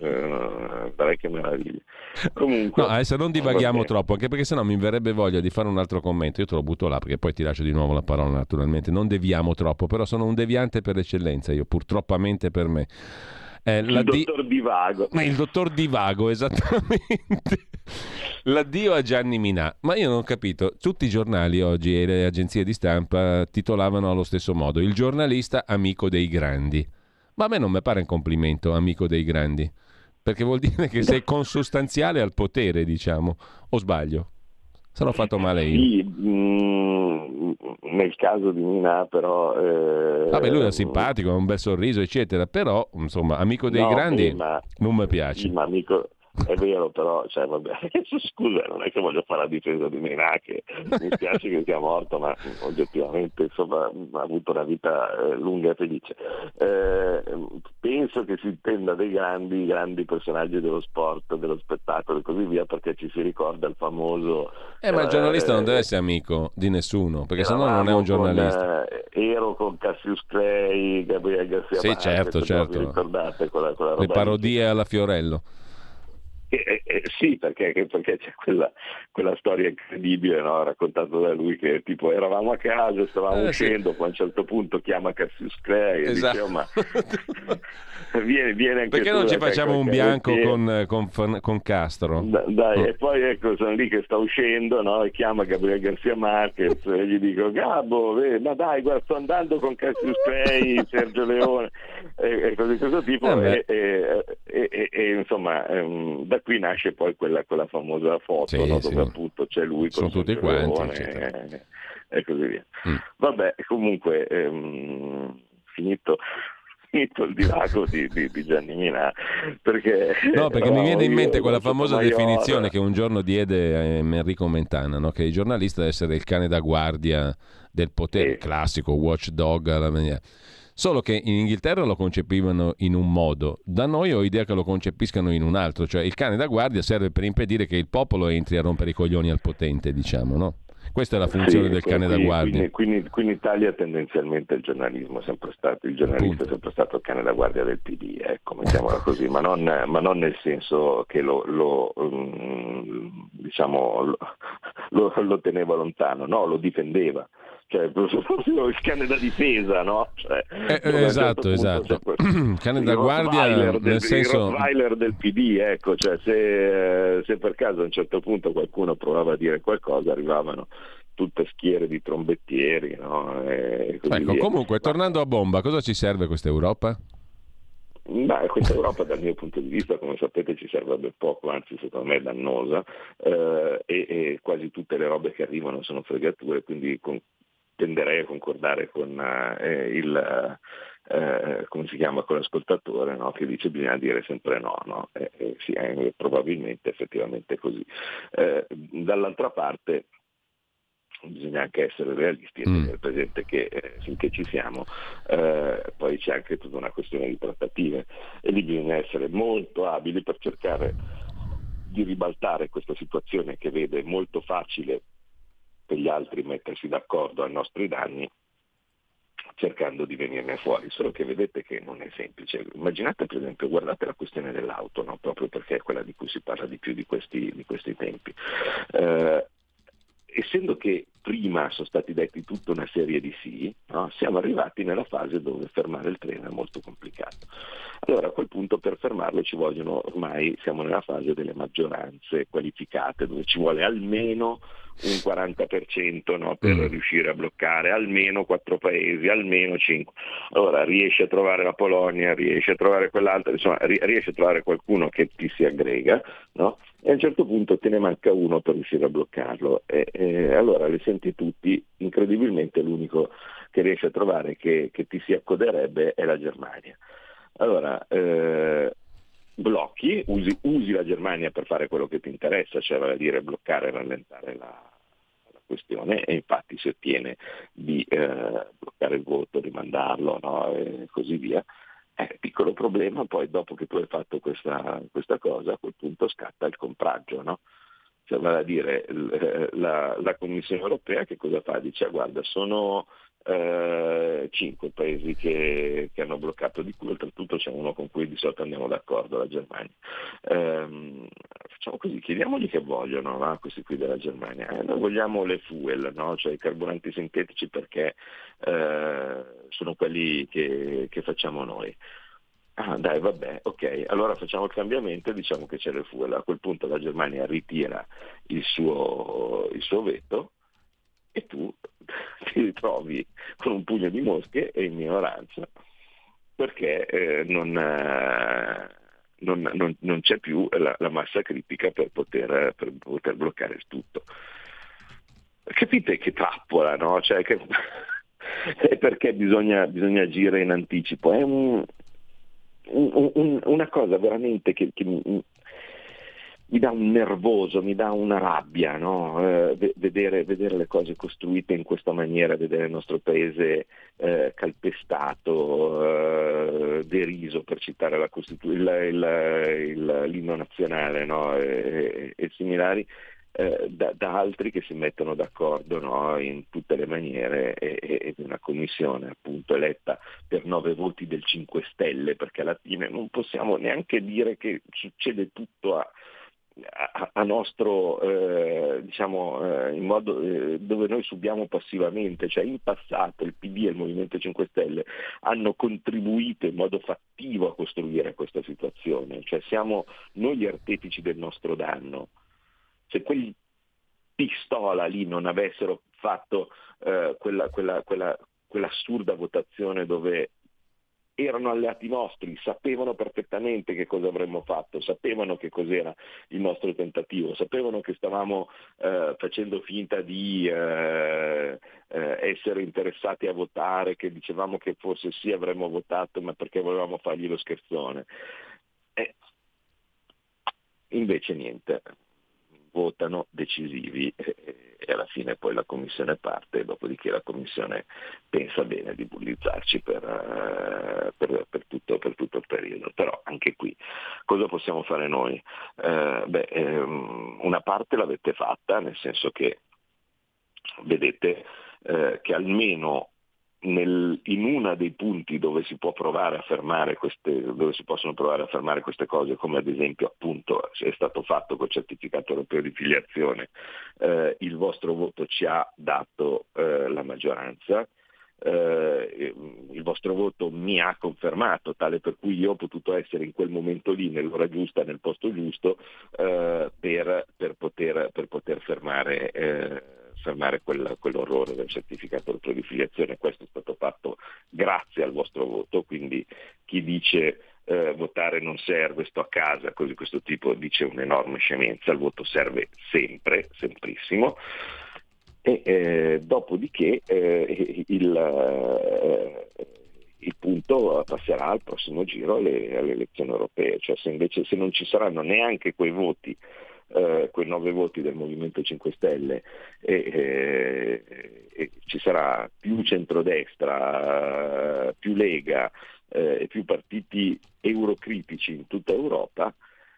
dai che meraviglia. Comunque, no, adesso non divaghiamo troppo, anche perché sennò mi verrebbe voglia di fare un altro commento. Io te lo butto là, perché poi ti lascio di nuovo la parola, naturalmente. Non deviamo troppo, però sono un deviante per eccellenza, io purtroppamente per me. Eh, il la dottor di... Divago. Ma il dottor Divago, esattamente. L'addio a Gianni Minà. Ma io non ho capito, tutti i giornali oggi e le agenzie di stampa titolavano allo stesso modo: il giornalista amico dei grandi. Ma a me non mi pare un complimento, amico dei grandi, perché vuol dire che sei consustanziale al potere, diciamo. O sbaglio? Sarò fatto male io. Sì, mh, nel caso di Minà però... Eh, Vabbè, lui è simpatico, ha un bel sorriso, eccetera, però, insomma, amico dei no, grandi beh, ma, non mi piace. Sì, ma amico... È vero, però, cioè, vabbè, scusa, non è che voglio fare la difesa di Minà, che mi spiace che sia morto, ma oggettivamente insomma ha avuto una vita eh, lunga e felice. Eh, penso che si intenda dei grandi, grandi personaggi dello sport, dello spettacolo e così via, perché ci si ricorda il famoso... Eh, ma il giornalista eh, non deve essere amico di nessuno, perché sennò non è un giornalista. Con, eh, ero con Cassius Clay, Gabriele Garcia Sì, Marquez, certo, certo. Vi ricordate quella, quella roba le parodie lì? Alla Fiorello. Eh, eh, sì, perché, perché c'è quella, quella storia incredibile, no? Raccontata da lui, che tipo eravamo a casa, stavamo eh, uscendo, sì. poi a un certo punto chiama Cassius Clay e esatto. dice oh, ma viene, viene anche perché tu, non ci dai, facciamo un bianco con, con, con Castro? Da, dai, mm. E poi ecco, sono lì che sta uscendo, no? E chiama Gabriele Garcia Marquez e gli dico Gabbo, eh, ma dai, guarda, sto andando con Cassius Clay, Sergio Leone e, e così di questo tipo eh e, e, e, e, e insomma ehm, da qui nasce poi quella, quella famosa foto, sì, no? sì. Dove appunto c'è lui sono con tutti Sergio quanti Leone e, e così via. mm. Vabbè, comunque ehm, finito finito il divago di, di, di Gianni Minà, perché no, perché mi viene in mente io, quella famosa definizione Maior, che un giorno diede Enrico Mentana, no? Che il giornalista deve essere il cane da guardia del potere, sì. classico watchdog alla maniera. Solo che in Inghilterra lo concepivano in un modo, da noi ho idea che lo concepiscano in un altro, cioè il cane da guardia serve per impedire che il popolo entri a rompere i coglioni al potente, diciamo, no? Questa è la funzione Sì, del qui, cane da guardia. qui, qui, qui in Italia tendenzialmente il giornalismo è sempre stato, il giornalista Appunto. è sempre stato il cane da guardia del P D, ecco, mettiamola così, ma non, ma non nel senso che lo, lo um, diciamo lo, lo, lo teneva lontano, no, lo difendeva. Cioè proprio il cane da difesa, no? Cioè, Eh, eh, esatto, esatto. Cane da guardia del, nel senso... il Rottweiler del P D, ecco, cioè se, se per caso a un certo punto qualcuno provava a dire qualcosa, arrivavano tutte schiere di trombettieri, no? E così Ecco, via. comunque, Ma, tornando a bomba, cosa ci serve questa Europa? Beh, questa Europa dal mio punto di vista, come sapete, ci serve poco, anzi secondo me è dannosa, eh, e, e quasi tutte le robe che arrivano sono fregature, quindi con, tenderei a concordare con eh, il eh, come si chiama, con l'ascoltatore, no? Che dice bisogna dire sempre no, no? E, e sì, è probabilmente effettivamente così. Eh, dall'altra parte bisogna anche essere realisti e tenere presente che eh, finché ci siamo eh, poi c'è anche tutta una questione di trattative e lì bisogna essere molto abili per cercare di ribaltare questa situazione che vede molto facile per gli altri mettersi d'accordo ai nostri danni, cercando di venirne fuori, solo che vedete che non è semplice. Immaginate per esempio, guardate la questione dell'auto, no? Proprio perché è quella di cui si parla di più di questi, di questi tempi. Eh, essendo che prima sono stati detti tutta una serie di sì, no? Siamo arrivati nella fase dove fermare il treno è molto complicato. Allora a quel punto per fermarlo ci vogliono, ormai siamo nella fase delle maggioranze qualificate, dove ci vuole almeno un quaranta per cento, no? Per mm. riuscire a bloccare almeno quattro paesi, almeno cinque. Allora riesci a trovare la Polonia, riesci a trovare quell'altra, insomma riesci a trovare qualcuno che ti si aggrega, no? E a un certo punto te ne manca uno per riuscire a bloccarlo e, e allora li senti tutti, incredibilmente l'unico che riesce a trovare che, che ti si accoderebbe è la Germania. Allora eh, blocchi, usi, usi la Germania per fare quello che ti interessa, cioè vale a dire bloccare e rallentare la, la questione, e infatti si ottiene di eh, bloccare il voto, rimandarlo, no? E così via. Eh, piccolo problema, poi dopo che tu hai fatto questa, questa cosa, a quel punto scatta il compraggio, no? Cioè, vale a dire, la, la Commissione europea che cosa fa? Dice, guarda, sono eh, cinque paesi che, che hanno bloccato, di cui oltretutto c'è uno con cui di solito andiamo d'accordo, la Germania. Eh, facciamo così, chiediamogli che vogliono, no? Questi qui della Germania. Eh, noi vogliamo le fuel, no? Cioè i carburanti sintetici, perché eh, sono quelli che, che facciamo noi. Ah dai, vabbè, ok, allora facciamo il cambiamento e diciamo che c'è le fuel. A quel punto la Germania ritira il suo, il suo veto e tu ti ritrovi con un pugno di mosche e in minoranza, perché eh, non, eh, non, non, non c'è più la, la massa critica per poter, per poter bloccare il tutto. Capite che trappola, no? Cioè che è perché bisogna, bisogna agire in anticipo. È un Un, un, una cosa veramente che, che mi, mi dà un nervoso, mi dà una rabbia, no? eh, vedere, vedere le cose costruite in questa maniera, vedere il nostro paese eh, calpestato, eh, deriso, per citare la Costitu- il, il, il, l'inno nazionale, no? e, e, e similari. Eh, da, da altri che si mettono d'accordo, no, in tutte le maniere, e, e una commissione appunto eletta per nove voti del cinque Stelle, perché alla fine non possiamo neanche dire che succede tutto a, a, a nostro eh, diciamo eh, in modo eh, dove noi subiamo passivamente. Cioè in passato il P D e il Movimento cinque Stelle hanno contribuito in modo fattivo a costruire questa situazione, cioè siamo noi gli artefici del nostro danno. Se quelli pistola lì non avessero fatto eh, quella, quella, quella, quell'assurda votazione dove erano alleati nostri, sapevano perfettamente che cosa avremmo fatto, sapevano che cos'era il nostro tentativo, sapevano che stavamo eh, facendo finta di eh, eh, essere interessati a votare, che dicevamo che forse sì avremmo votato ma perché volevamo fargli lo scherzone. Eh, invece niente, votano decisivi e, e alla fine poi la commissione parte, e dopodiché la commissione pensa bene di bullizzarci per, uh, per, per, tutto, per tutto il periodo. Però anche qui cosa possiamo fare noi? Uh, beh, um, una parte l'avete fatta, nel senso che vedete uh, che almeno Nel, in uno dei punti dove si può provare a fermare queste, dove si possono provare a fermare queste cose, come ad esempio appunto è stato fatto col certificato europeo di filiazione, eh, il vostro voto ci ha dato eh, la maggioranza, eh, il vostro voto mi ha confermato, tale per cui io ho potuto essere in quel momento lì, nell'ora giusta, nel posto giusto, eh, per, per, poter, per poter fermare eh, fermare quel, quell'orrore del certificato europeo di filiazione. Questo è stato fatto grazie al vostro voto, quindi chi dice eh, votare non serve, sto a casa, cose di questo tipo, dice un'enorme scemenza. Il voto serve sempre, semprissimo. E eh, dopodiché eh, il, eh, il punto passerà al prossimo giro alle, alle elezioni europee, cioè se invece se non ci saranno neanche quei voti, Uh, quei nove voti del Movimento cinque Stelle e, e, e ci sarà più centrodestra, uh, più Lega uh, e più partiti eurocritici in tutta Europa,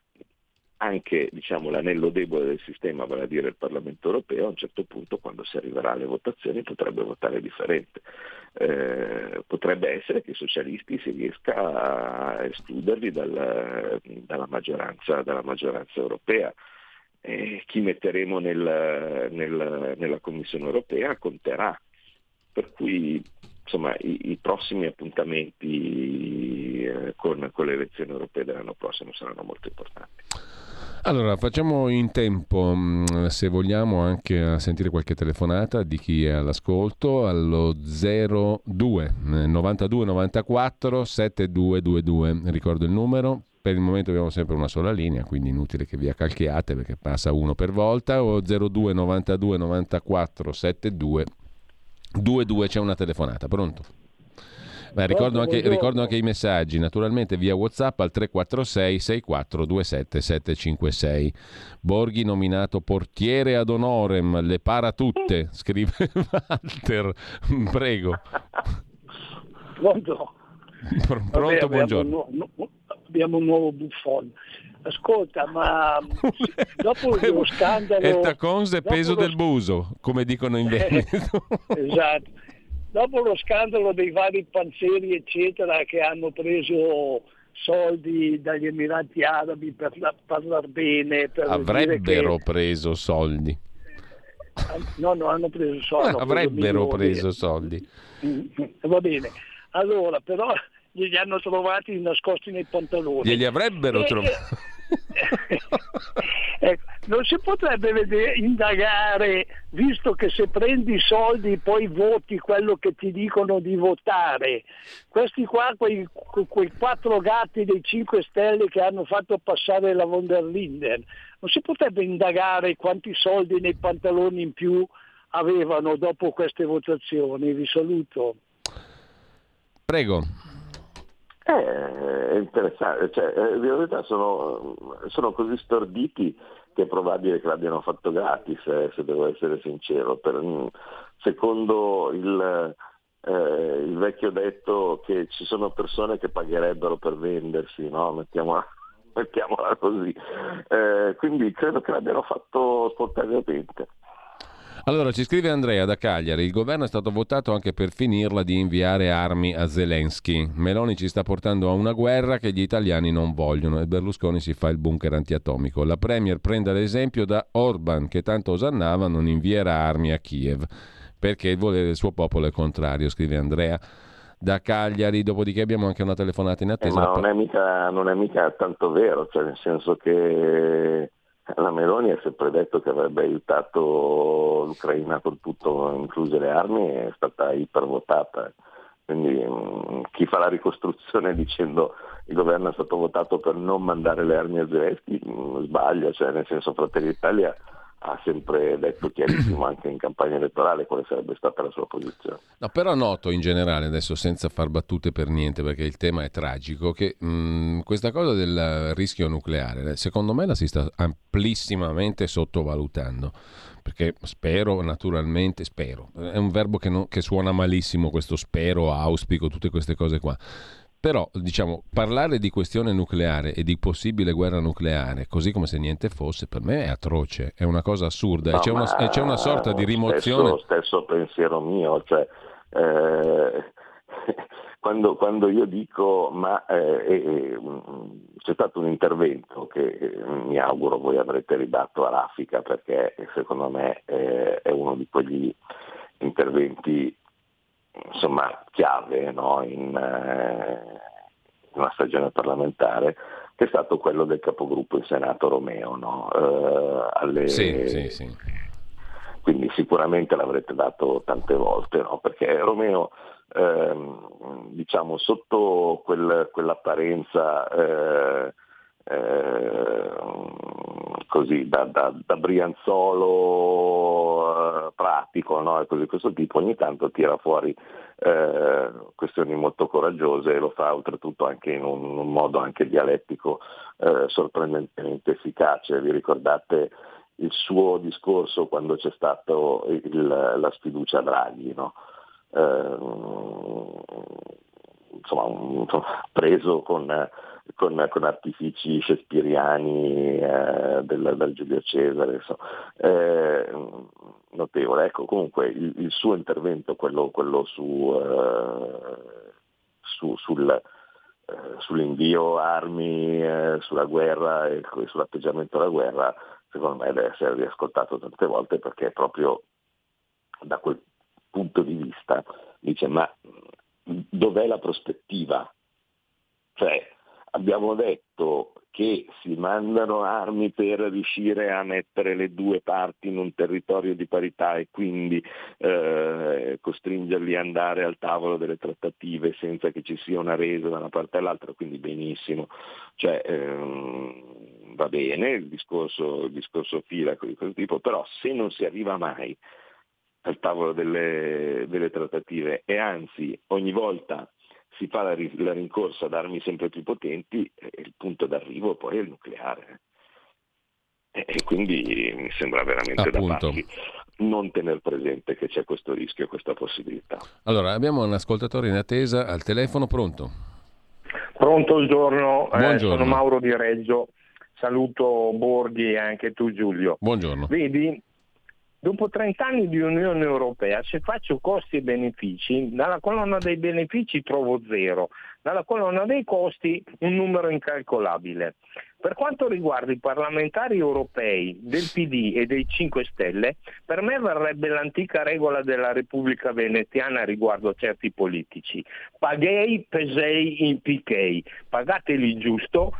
anche diciamo, l'anello debole del sistema, vale a dire il Parlamento europeo, a un certo punto quando si arriverà alle votazioni potrebbe votare differente. Eh, potrebbe essere che i socialisti si riesca a escluderli dal, dalla, maggioranza, dalla maggioranza europea. Eh, chi metteremo nel, nel, nella Commissione europea conterà, per cui insomma i, i prossimi appuntamenti eh, con, con le elezioni europee dell'anno prossimo saranno molto importanti. Allora, facciamo in tempo, se vogliamo, anche a sentire qualche telefonata di chi è all'ascolto allo zero due novantadue novantaquattro settantadue ventidue. Ricordo il numero. Per il momento abbiamo sempre una sola linea, quindi inutile che vi accalchiate perché passa uno per volta. O zero due novantadue novantaquattro settantadue ventidue. C'è una telefonata, pronto? Beh, ricordo, anche, ricordo anche i messaggi, naturalmente via WhatsApp al tre quattro sei sei quattro due sette sette cinque sei. Borghi nominato portiere ad honorem, le para tutte, scrive Walter. Prego. Pronto? Pr- pronto, Vabbè, buongiorno. Abbiamo un, nu- abbiamo un nuovo Buffon. Ascolta, ma dopo lo scandalo... E taconze peso lo... del buso, come dicono in Veneto. Esatto. Dopo lo scandalo dei vari panzeri eccetera che hanno preso soldi dagli Emirati Arabi per la, parlare bene, per avrebbero dire che... preso soldi. No, no, hanno preso soldi. Ah, avrebbero preso soldi. Va bene. Allora, però glieli hanno trovati nascosti nei pantaloni. Glieli avrebbero e... trovati. Ecco, non si potrebbe vedere, indagare, visto che se prendi i soldi poi voti quello che ti dicono di votare. Questi qua, quei, quei quattro gatti dei cinque Stelle che hanno fatto passare la von der Linden, non si potrebbe indagare quanti soldi nei pantaloni in più avevano dopo queste votazioni? Vi saluto. Prego. È interessante, cioè, in realtà sono, sono così storditi che è probabile che l'abbiano fatto gratis, eh, se devo essere sincero. Per, secondo il, eh, il vecchio detto che ci sono persone che pagherebbero per vendersi, no? Mettiamola, mettiamola così. Eh, quindi credo che l'abbiano fatto spontaneamente. Allora, ci scrive Andrea da Cagliari: il governo è stato votato anche per finirla di inviare armi a Zelensky. Meloni ci sta portando a una guerra che gli italiani non vogliono e Berlusconi si fa il bunker antiatomico. La Premier prenda l'esempio da Orban, che tanto osannava non invierà armi a Kiev perché il volere del suo popolo è contrario, scrive Andrea da Cagliari. Dopodiché abbiamo anche una telefonata in attesa. Eh, ma non è mica, non è mica tanto vero, cioè nel senso che la Meloni ha sempre detto che avrebbe aiutato l'Ucraina con tutto, incluse le armi, è stata ipervotata. Quindi mh, chi fa la ricostruzione dicendo il governo è stato votato per non mandare le armi a Zelensky mh, sbaglia, cioè nel senso Fratelli d'Italia ha sempre detto chiarissimo anche in campagna elettorale quale sarebbe stata la sua posizione. No, però noto in generale, adesso senza far battute per niente perché il tema è tragico, che mh, questa cosa del rischio nucleare secondo me la si sta amplissimamente sottovalutando, perché spero naturalmente, spero, è un verbo che, non, che suona malissimo questo spero, auspico, tutte queste cose qua. Però, diciamo, parlare di questione nucleare e di possibile guerra nucleare, così come se niente fosse, per me è atroce, è una cosa assurda. No, e c'è una, e c'è una sorta di rimozione. Stesso, stesso pensiero mio, cioè, eh, quando, quando io dico, ma eh, eh, c'è stato un intervento che eh, mi auguro voi avrete ridatto a raffica, perché secondo me eh, è uno di quegli interventi insomma chiave, no? in, eh, in una stagione parlamentare, che è stato quello del capogruppo in Senato Romeo, no? eh, alle... Sì, sì, sì. Quindi sicuramente l'avrete dato tante volte, no? Perché Romeo ehm, diciamo sotto quel, quell'apparenza eh, eh, così da, da, da brianzolo eh, pratico, no? E così questo tipo ogni tanto tira fuori eh, questioni molto coraggiose e lo fa oltretutto anche in un, un modo anche dialettico eh, sorprendentemente efficace. Vi ricordate il suo discorso quando c'è stato il, la sfiducia a Draghi, no? eh, insomma, un, preso con Con, con artifici shakespeariani eh, del, del Giulio Cesare, insomma. Eh, notevole. Ecco, comunque il, il suo intervento, quello, quello su, eh, su, sul, eh, sull'invio armi, eh, sulla guerra e sull'atteggiamento alla guerra, secondo me deve essere riascoltato tante volte, perché proprio da quel punto di vista dice: ma dov'è la prospettiva? Cioè, abbiamo detto che si mandano armi per riuscire a mettere le due parti in un territorio di parità e quindi eh, costringerli ad andare al tavolo delle trattative senza che ci sia una resa da una parte all'altra, quindi benissimo, cioè, ehm, va bene il discorso, il discorso fila di questo tipo, però se non si arriva mai al tavolo delle, delle trattative e anzi ogni volta si fa la, la rincorsa ad armi sempre più potenti, e il punto d'arrivo poi è il nucleare. E, e quindi mi sembra veramente Appunto. da pazzi non tener presente che c'è questo rischio e questa possibilità. Allora, abbiamo un ascoltatore in attesa al telefono, pronto? Pronto, buongiorno, eh, sono Buongiorno. Mauro di Reggio, saluto Borghi e anche tu Giulio. Buongiorno. Vedi, dopo trenta anni di Unione Europea, se faccio costi e benefici, dalla colonna dei benefici trovo zero, dalla colonna dei costi un numero incalcolabile. Per quanto riguarda i parlamentari europei del P D e dei cinque Stelle, per me varrebbe l'antica regola della Repubblica Veneziana riguardo a certi politici. Paghei, pesei, impichei, pagateli giusto,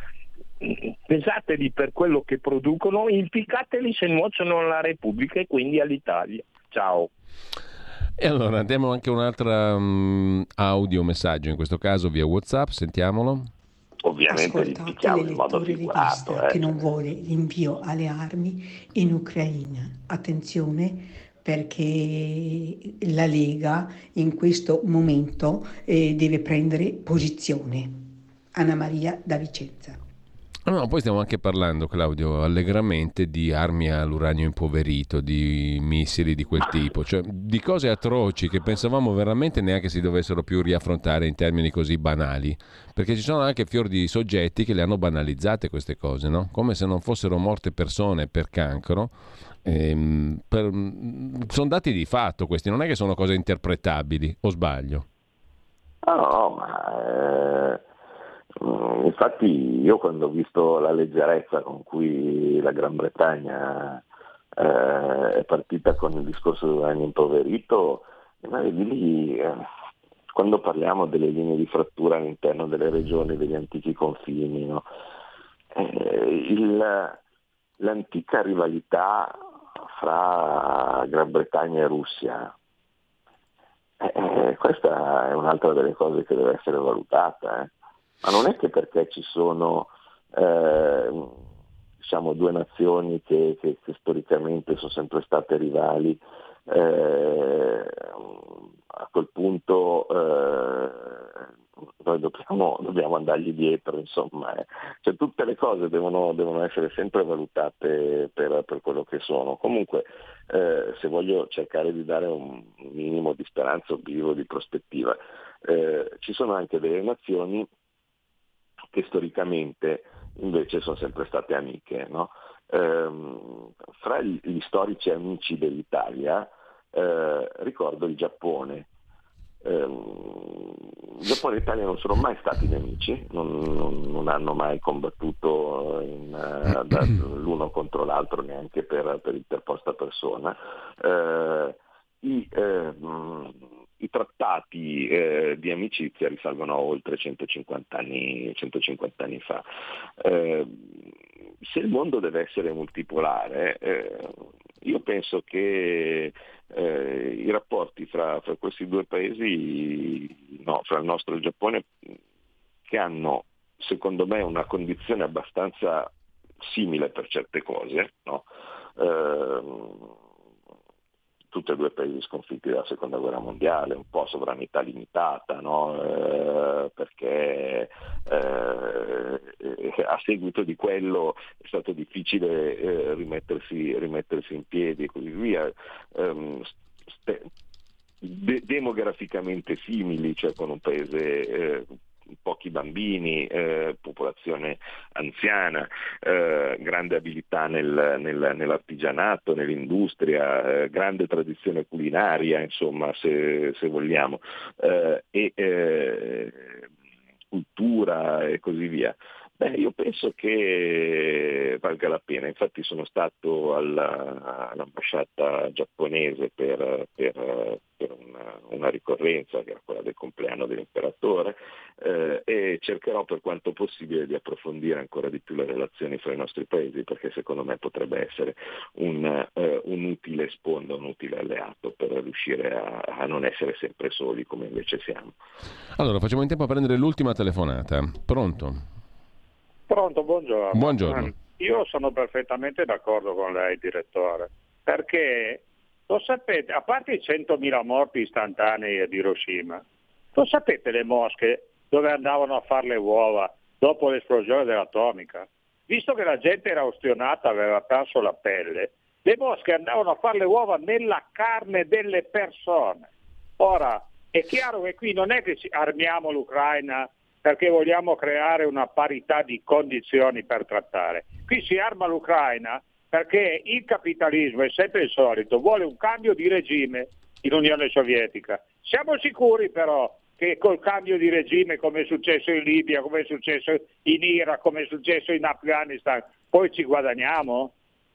pesateli per quello che producono, impiccateli se nuociono alla Repubblica e quindi all'Italia. Ciao. E allora andiamo anche un altro um, audio messaggio, in questo caso via WhatsApp, sentiamolo. Ovviamente li Ascoltate picchiamo in modo l'elettore figurato. leghista Eh. che non vuole l'invio alle armi in Ucraina. Attenzione, perché la Lega in questo momento eh, deve prendere posizione. Anna Maria da Vicenza. No, poi stiamo anche parlando, Claudio, allegramente di armi all'uranio impoverito, di missili di quel tipo, cioè di cose atroci che pensavamo veramente neanche si dovessero più riaffrontare in termini così banali, perché ci sono anche fior di soggetti che le hanno banalizzate queste cose, no? Come se non fossero morte persone per cancro. Ehm, per, sono dati di fatto questi, non è che sono cose interpretabili, o sbaglio? No, no, ma... Eh... Infatti io quando ho visto la leggerezza con cui la Gran Bretagna eh, è partita con il discorso dell'uranio impoverito, ma vedi lì, eh, quando parliamo delle linee di frattura all'interno delle regioni, degli antichi confini, no? eh, il, l'antica rivalità fra Gran Bretagna e Russia Eh, questa è un'altra delle cose che deve essere valutata, eh. Ma non è che perché ci sono eh, diciamo due nazioni che, che, che storicamente sono sempre state rivali, eh, a quel punto eh, noi dobbiamo, dobbiamo andargli dietro, insomma, eh. Cioè, tutte le cose devono, devono essere sempre valutate per, per quello che sono. Comunque, eh, se voglio cercare di dare un minimo di speranza, un minimo di prospettiva, eh, ci sono anche delle nazioni che storicamente invece sono sempre state amiche, no? Ehm, fra gli, gli storici amici dell'Italia eh, ricordo il Giappone. Ehm, Giappone e Italia non sono mai stati nemici, non, non, non hanno mai combattuto in, uh, da, l'uno contro l'altro, neanche per, per interposta persona. Eh, i, eh, i trattati eh, di amicizia risalgono a oltre centocinquanta anni, centocinquanta anni fa. Eh, se il mondo deve essere multipolare, eh, io penso che eh, i rapporti fra, fra questi due paesi, no, fra il nostro e il Giappone, che hanno secondo me una condizione abbastanza simile per certe cose, no? Eh, tutti e due paesi sconfitti dalla seconda guerra mondiale, un po' sovranità limitata, no? eh, perché eh, a seguito di quello è stato difficile eh, rimettersi, rimettersi in piedi e così via. Um, st- de- demograficamente simili, cioè con un paese eh, pochi bambini, eh, popolazione anziana, eh, grande abilità nel, nel, nell'artigianato, nell'industria, eh, grande tradizione culinaria, insomma, se, se vogliamo, eh, e eh, cultura e così via. Beh, io penso che valga la pena, infatti sono stato alla, all'ambasciata giapponese per, per, per una, una ricorrenza che era quella del compleanno dell'imperatore eh, e cercherò per quanto possibile di approfondire ancora di più le relazioni fra i nostri paesi, perché secondo me potrebbe essere un, eh, un utile sponda, un utile alleato per riuscire a, a non essere sempre soli come invece siamo. Allora, facciamo in tempo a prendere l'ultima telefonata. Pronto? Pronto, buongiorno. Buongiorno. Io sono perfettamente d'accordo con lei, direttore, perché lo sapete, a parte i centomila morti istantanei ad Hiroshima, lo sapete le mosche dove andavano a fare le uova dopo l'esplosione dell'atomica? Visto che la gente era ustionata, aveva perso la pelle, le mosche andavano a fare le uova nella carne delle persone. Ora, è chiaro che qui non è che armiamo l'Ucraina perché vogliamo creare una parità di condizioni per trattare. Qui si arma l'Ucraina perché il capitalismo è sempre il solito, vuole un cambio di regime in Unione Sovietica. Siamo sicuri però che col cambio di regime, come è successo in Libia, come è successo in Iraq, come è successo in Afghanistan, poi ci guadagniamo?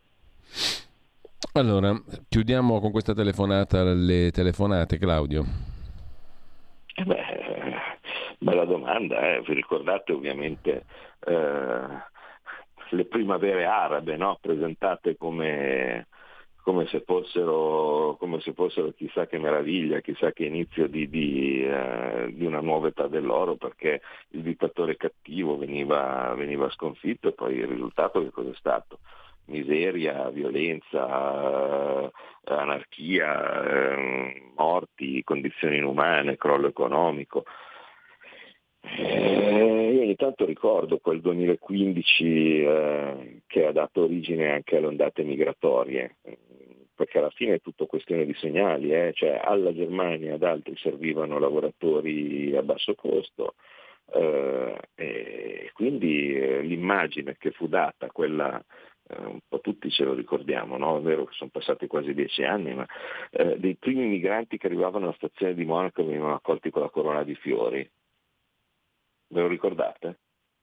Allora, chiudiamo con questa telefonata le telefonate, Claudio. Eh beh, bella domanda, eh. Vi ricordate ovviamente eh, le primavere arabe, no? Presentate come, come, se fossero, come se fossero chissà che meraviglia, chissà che inizio di, di, eh, di una nuova età dell'oro, perché il dittatore cattivo veniva, veniva sconfitto e poi il risultato che cosa è stato? Miseria, violenza, anarchia, eh, morti, condizioni inumane, crollo economico. Eh, io ogni tanto ricordo quel duemilaquindici eh, che ha dato origine anche alle ondate migratorie, perché alla fine è tutto questione di segnali, eh? Cioè alla Germania e ad altri servivano lavoratori a basso costo, eh, e quindi eh, l'immagine che fu data, quella un po' tutti ce lo ricordiamo, no? È vero che sono passati quasi dieci anni, ma eh, dei primi migranti che arrivavano alla stazione di Monaco venivano accolti con la corona di fiori. Ve lo ricordate?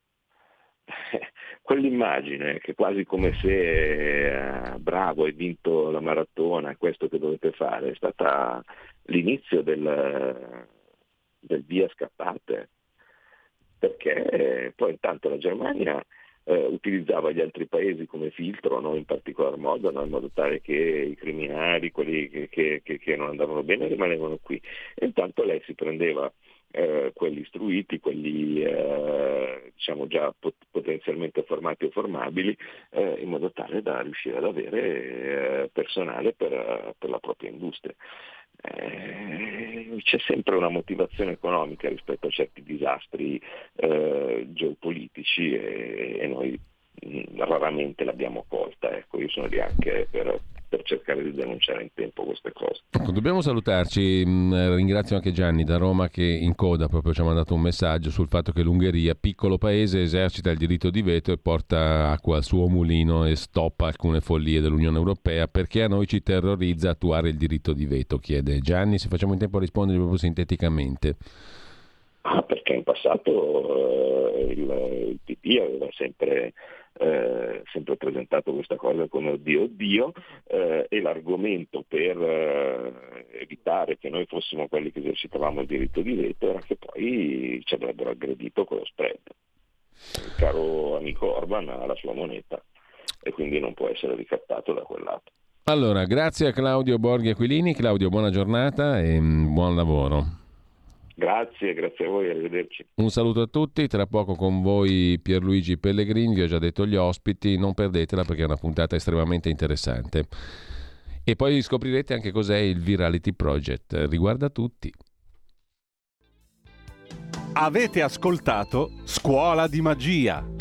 Quell'immagine che quasi come se eh, bravo, hai vinto la maratona, è questo che dovete fare, è stata l'inizio del, del via scappate, perché poi intanto la Germania eh, utilizzava gli altri paesi come filtro, no? In particolar modo, no? In modo tale che i criminali, quelli che, che, che, che non andavano bene, rimanevano qui. E intanto lei si prendeva Eh, quelli istruiti, quelli eh, diciamo già pot- potenzialmente formati o formabili, eh, in modo tale da riuscire ad avere eh, personale per, per la propria industria. Eh, c'è sempre una motivazione economica rispetto a certi disastri eh, geopolitici e, e noi mh, raramente l'abbiamo colta. Ecco, io sono lì anche per per cercare di denunciare in tempo queste cose. Dobbiamo salutarci, ringrazio anche Gianni da Roma che in coda proprio ci ha mandato un messaggio sul fatto che l'Ungheria, piccolo paese, esercita il diritto di veto e porta acqua al suo mulino e stoppa alcune follie dell'Unione Europea. Perché a noi ci terrorizza attuare il diritto di veto, chiede Gianni, se facciamo in tempo a rispondere proprio sinteticamente. Ah, perché in passato eh, il, il P P aveva sempre Eh, sempre presentato questa cosa come oddio oddio eh, e l'argomento per eh, evitare che noi fossimo quelli che esercitavamo il diritto di veto era che poi ci avrebbero aggredito con lo spread. Il caro amico Orban ha la sua moneta e quindi non può essere ricattato da quel lato. Allora, grazie a Claudio Borghi Aquilini. Claudio, buona giornata e buon lavoro. Grazie, grazie a voi, arrivederci. Un saluto a tutti, tra poco con voi Pierluigi Pellegrini, vi ho già detto gli ospiti, non perdetela perché è una puntata estremamente interessante. E poi scoprirete anche cos'è il Virality Project, riguarda tutti. Avete ascoltato Scuola di Magia.